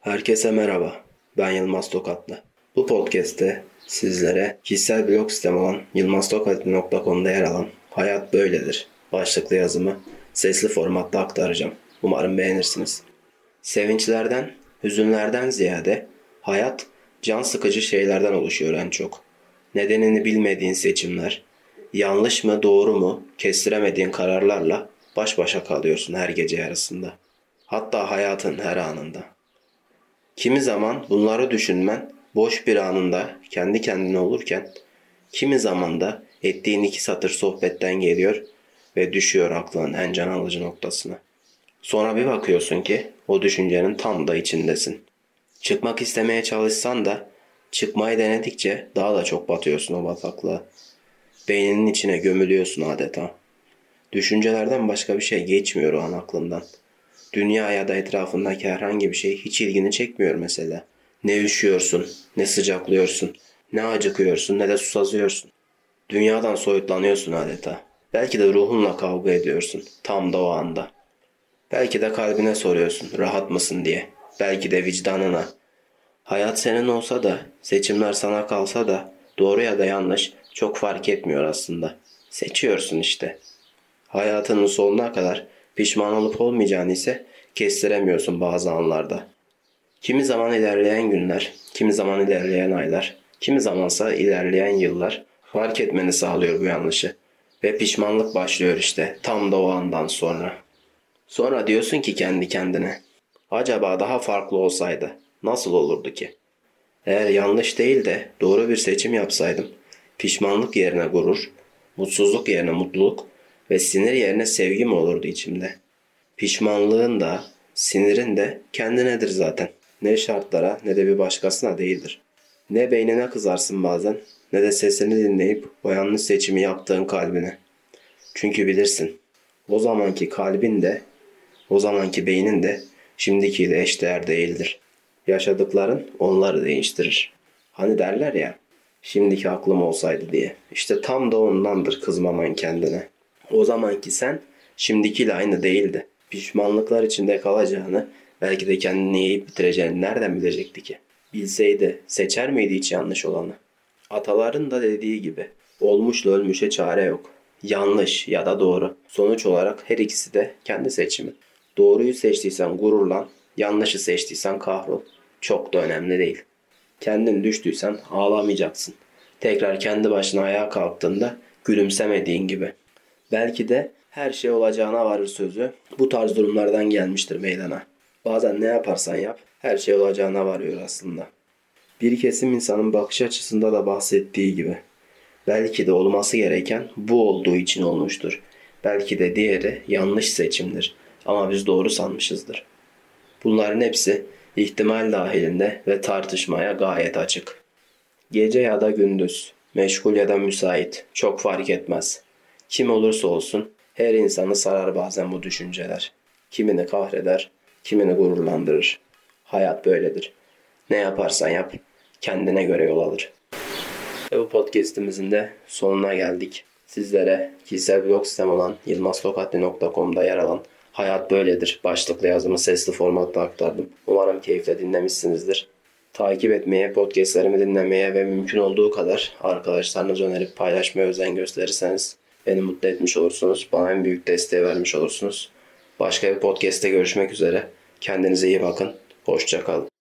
Herkese merhaba, ben Yılmaz Tokatlı. Bu podcast'te sizlere kişisel blog sitem olan yılmaztokatlı.com'da yer alan Hayat Böyledir başlıklı yazımı sesli formatta aktaracağım. Umarım beğenirsiniz. Sevinçlerden, hüzünlerden ziyade hayat can sıkıcı şeylerden oluşuyor en çok. Nedenini bilmediğin seçimler, yanlış mı doğru mu kestiremediğin kararlarla baş başa kalıyorsun her gece yarısında. Hatta hayatın her anında. Kimi zaman bunları düşünmen boş bir anında kendi kendine olurken, kimi zaman da ettiğin 2 satır sohbetten geliyor ve düşüyor aklının en can alıcı noktasına. Sonra bir bakıyorsun ki o düşüncenin tam da içindesin. Çıkmak istemeye çalışsan da çıkmayı denedikçe daha da çok batıyorsun o bataklığa. Beyninin içine gömülüyorsun adeta. Düşüncelerden başka bir şey geçmiyor o an aklından. Dünya ya da etrafındaki herhangi bir şey hiç ilgini çekmiyor mesela. Ne üşüyorsun, ne sıcaklıyorsun, ne acıkıyorsun, ne de susazıyorsun. Dünyadan soyutlanıyorsun adeta. Belki de ruhunla kavga ediyorsun tam da o anda. Belki de kalbine soruyorsun rahat mısın diye. Belki de vicdanına. Hayat senin olsa da, seçimler sana kalsa da doğru ya da yanlış çok fark etmiyor aslında. Seçiyorsun işte. Hayatının sonuna kadar pişman olup olmayacağını ise kestiremiyorsun bazı anlarda. Kimi zaman ilerleyen günler, kimi zaman ilerleyen aylar, kimi zamansa ilerleyen yıllar fark etmeni sağlıyor bu yanlışı. Ve pişmanlık başlıyor işte tam da o andan sonra. Sonra diyorsun ki kendi kendine, acaba daha farklı olsaydı nasıl olurdu ki? Eğer yanlış değil de doğru bir seçim yapsaydım, pişmanlık yerine gurur, mutsuzluk yerine mutluluk ve sinir yerine sevgi mi olurdu içimde? Pişmanlığın da, sinirin de kendinedir zaten. Ne şartlara ne de bir başkasına değildir. Ne beynine kızarsın bazen, ne de sesini dinleyip o yanlış seçimi yaptığın kalbine. Çünkü bilirsin, o zamanki kalbin de, o zamanki beynin de şimdikiyle eşdeğer değildir. Yaşadıkların onları değiştirir. Hani derler ya, şimdiki aklım olsaydı diye. İşte tam da ondandır kızmaman kendine. O zamanki sen şimdikiyle aynı değildi. Pişmanlıklar içinde kalacağını, belki de kendini yiyip bitireceğini nereden bilecekti ki? Bilseydi seçer miydi hiç yanlış olanı? Ataların da dediği gibi, olmuşla ölmüşe çare yok. Yanlış ya da doğru. Sonuç olarak her ikisi de kendi seçimi. Doğruyu seçtiysen gururlan, yanlışı seçtiysen kahrol. Çok da önemli değil. Kendin düştüysen ağlamayacaksın. Tekrar kendi başına ayağa kalktığında gülümsemediğin gibi. Belki de her şey olacağına varır sözü bu tarz durumlardan gelmiştir meydana. Bazen ne yaparsan yap her şey olacağına varıyor aslında. Bir kesim insanın bakış açısında da bahsettiği gibi. Belki de olması gereken bu olduğu için olmuştur. Belki de diğeri yanlış seçimdir ama biz doğru sanmışızdır. Bunların hepsi ihtimal dahilinde ve tartışmaya gayet açık. Gece ya da gündüz, meşgul ya da müsait çok fark etmez. Kim olursa olsun her insanı sarar bazen bu düşünceler. Kimini kahreder, kimini gururlandırır. Hayat böyledir. Ne yaparsan yap, kendine göre yol alır. Ve bu podcastimizin de sonuna geldik. Sizlere kişisel blog sitem olan yılmaztokatlı.com'da yer alan Hayat Böyledir başlıklı yazımı sesli formatta aktardım. Umarım keyifle dinlemişsinizdir. Takip etmeye, podcastlerimi dinlemeye ve mümkün olduğu kadar arkadaşlarınıza önerip paylaşmaya özen gösterirseniz beni mutlu etmiş olursunuz. Bana en büyük desteği vermiş olursunuz. Başka bir podcast'te görüşmek üzere. Kendinize iyi bakın. Hoşça kalın.